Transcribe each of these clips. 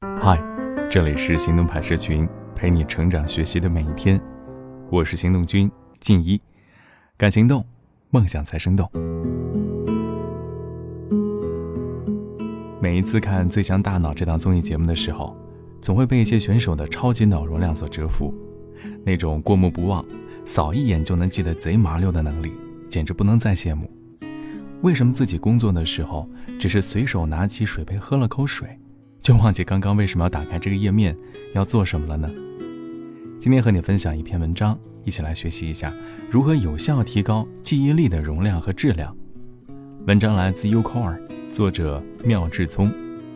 嗨，这里是行动派社群，陪你成长学习的每一天。我是行动君静一，敢行动，梦想才生动。每一次看《最强大脑》这档综艺节目的时候，总会被一些选手的超级脑容量所折服。那种过目不忘，扫一眼就能记得贼麻溜的能力，简直不能再羡慕。为什么自己工作的时候，只是随手拿起水杯喝了口水，就忘记刚刚为什么要打开这个页面，要做什么了呢？今天和你分享一篇文章，一起来学习一下如何有效提高记忆力的容量和质量。文章来自 YouCore， 作者妙志聪。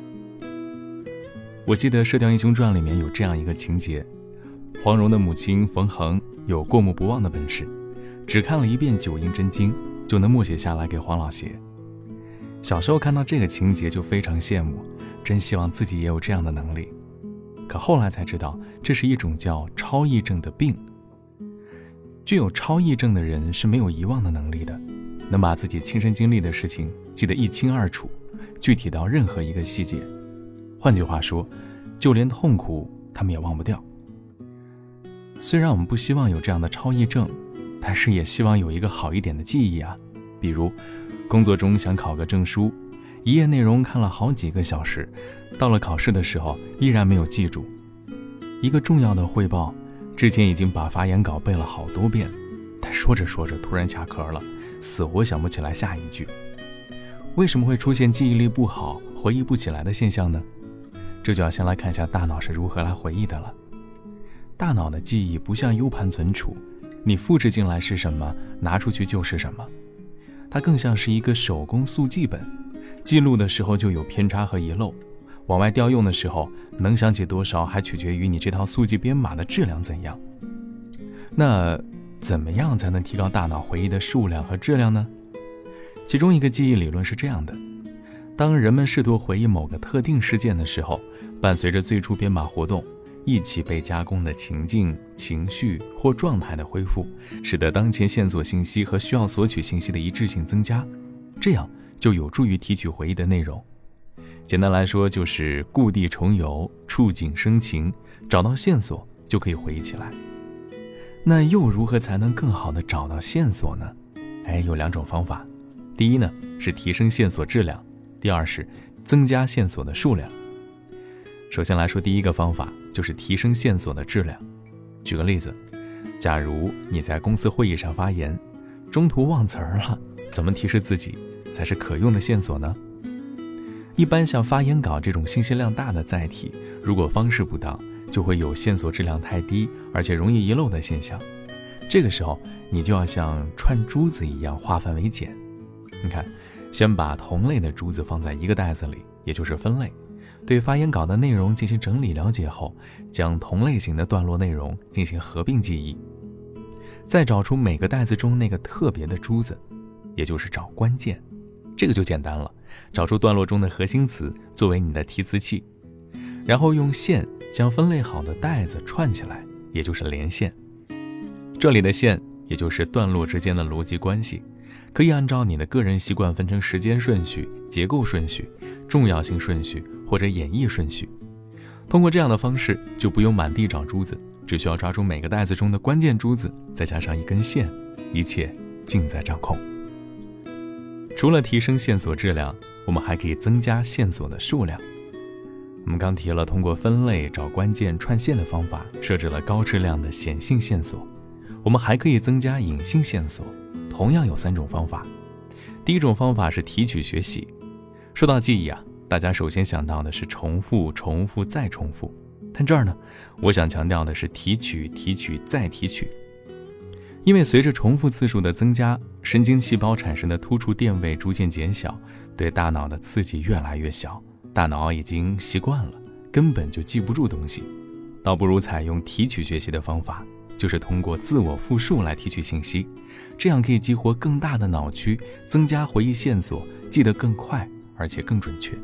我记得《射雕英雄传》里面有这样一个情节，黄蓉的母亲冯衡有过目不忘的本事，只看了一遍《九阴真经》就能默写下来给黄老邪。小时候看到这个情节就非常羡慕，真希望自己也有这样的能力。可后来才知道，这是一种叫超忆症的病。具有超忆症的人是没有遗忘的能力的，能把自己亲身经历的事情记得一清二楚，具体到任何一个细节。换句话说，就连痛苦他们也忘不掉。虽然我们不希望有这样的超忆症，但是也希望有一个好一点的记忆啊。比如工作中想考个证书，一页内容看了好几个小时，到了考试的时候依然没有记住。一个重要的汇报，之前已经把发言稿背了好多遍，但说着说着突然卡壳了，死活想不起来下一句。为什么会出现记忆力不好、回忆不起来的现象呢？这就要先来看一下大脑是如何来回忆的了。大脑的记忆不像 U 盘存储，你复制进来是什么，拿出去就是什么。它更像是一个手工速记本，记录的时候就有偏差和遗漏，往外调用的时候能想起多少还取决于你这套速记编码的质量怎样。那怎么样才能提高大脑回忆的数量和质量呢？其中一个记忆理论是这样的：当人们试图回忆某个特定事件的时候，伴随着最初编码活动一起被加工的情境、情绪或状态的恢复，使得当前线索信息和需要索取信息的一致性增加，这样就有助于提取回忆的内容。简单来说，就是故地重游，触景生情，找到线索就可以回忆起来。那又如何才能更好地找到线索呢？有两种方法。第一呢，是提升线索质量；第二是增加线索的数量。首先来说第一个方法，就是提升线索的质量。举个例子，假如你在公司会议上发言，中途忘词儿了，怎么提示自己才是可用的线索呢？一般像发言稿这种信息量大的载体，如果方式不当，就会有线索质量太低，而且容易遗漏的现象。这个时候，你就要像串珠子一样化繁为简。你看，先把同类的珠子放在一个袋子里，也就是分类。对发言稿的内容进行整理了解后，将同类型的段落内容进行合并记忆，再找出每个袋子中那个特别的珠子，也就是找关键。这个就简单了，找出段落中的核心词作为你的提词器，然后用线将分类好的袋子串起来，也就是连线。这里的线也就是段落之间的逻辑关系，可以按照你的个人习惯分成时间顺序、结构顺序、重要性顺序或者演绎顺序。通过这样的方式，就不用满地找珠子，只需要抓住每个袋子中的关键珠子，再加上一根线，一切尽在掌控。除了提升线索质量，我们还可以增加线索的数量。我们刚提了通过分类、找关键、串线的方法，设置了高质量的显性线索。我们还可以增加隐性线索，同样有3种方法。第一种方法是提取学习。说到记忆啊，大家首先想到的是重复、重复再重复，但这儿呢，我想强调的是提取、提取再提取。因为随着重复次数的增加，神经细胞产生的突触电位逐渐减小，对大脑的刺激越来越小，大脑已经习惯了，根本就记不住东西。倒不如采用提取学习的方法，就是通过自我复述来提取信息，这样可以激活更大的脑区，增加回忆线索，记得更快而且更准确。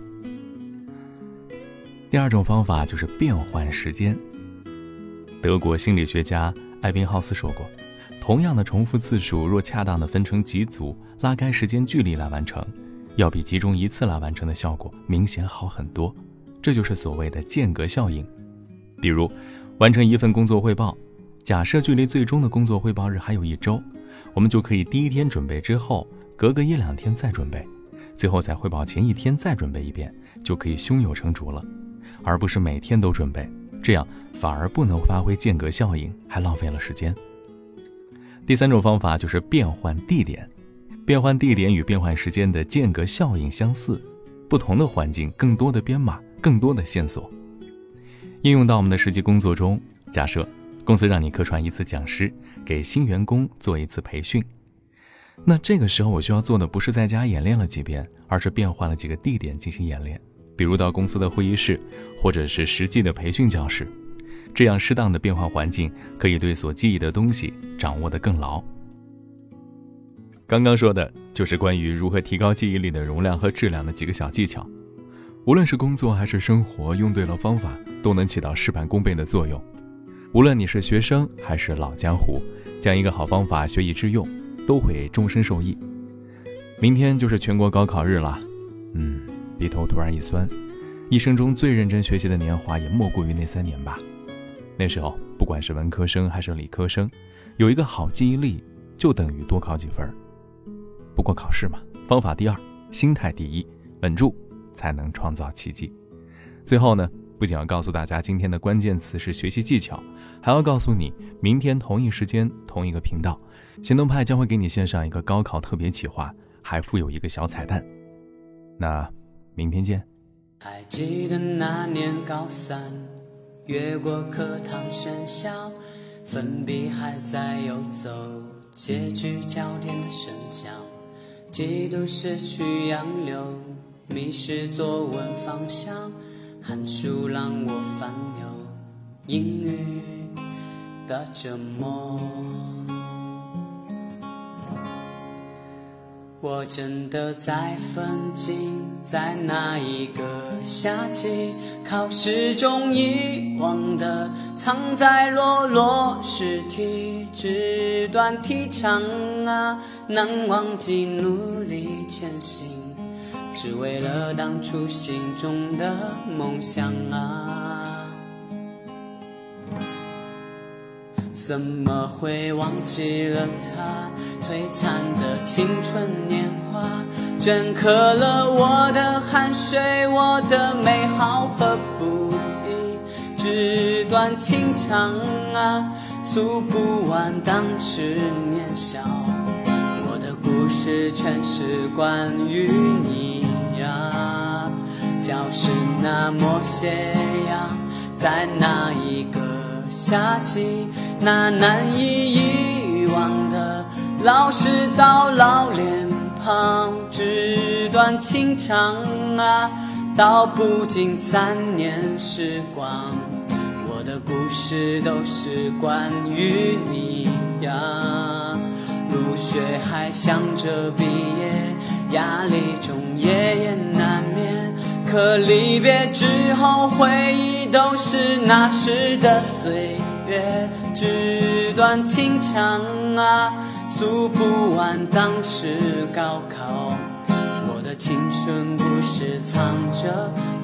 第二种方法就是变换时间。德国心理学家艾宾浩斯说过，同样的重复次数，若恰当地分成几组，拉开时间距离来完成，要比集中一次来完成的效果明显好很多。 这就是所谓的间隔效应。比如完成一份工作汇报，假设距离最终的工作汇报日还有1周，我们就可以第一天准备之后，隔个1-2天再准备，最后在汇报前1天再准备一遍，就可以胸有成竹了，而不是每天都准备，这样反而不能发挥间隔效应，还浪费了时间。第3种方法就是变换地点。变换地点与变换时间的间隔效应相似，不同的环境，更多的编码，更多的线索。应用到我们的实际工作中，假设公司让你客串一次讲师，给新员工做一次培训，那这个时候我需要做的不是在家演练了几遍，而是变换了几个地点进行演练，比如到公司的会议室，或者是实际的培训教室。这样适当的变换环境，可以对所记忆的东西掌握得更牢。刚刚说的就是关于如何提高记忆力的容量和质量的几个小技巧，无论是工作还是生活，用对了方法都能起到事半功倍的作用。无论你是学生还是老江湖，将一个好方法学以致用，都会终身受益。明天就是全国高考日了，鼻头突然一酸，一生中最认真学习的年华也莫过于那3年吧。那时候不管是文科生还是理科生，有一个好记忆力就等于多考几分。不过考试嘛，方法第2，心态第1，稳住才能创造奇迹。最后呢，不仅要告诉大家今天的关键词是学习技巧，还要告诉你明天同一时间同一个频道，行动派将会给你献上一个高考特别企划，还附有一个小彩蛋。那明天见。 还记得那年高3，越过课堂喧嚣，粉笔还在游走，结局焦点的声响，嫉妒失去洋流，迷失作文方向，寒暑让我烦忧，阴郁的折磨。我真的在奋进，在那一个夏季，考试中遗忘的藏在落落尸体，纸短题长啊，难忘记努力前行，只为了当初心中的梦想啊。怎么会忘记了他璀璨的青春年华，镌刻了我的汗水，我的美好和不易，纸短情长啊，诉不完当时年少，我的故事全是关于你呀。教室那抹斜阳，在那一个夏季，那难以遗忘的老师到老脸庞，纸短情长啊，道不尽3年时光，我的故事都是关于你呀。入学还想着毕业，压力中夜夜难眠，可离别之后回忆都是那时的岁月，纸短情长啊，诉不完当时高考，我的青春故事藏着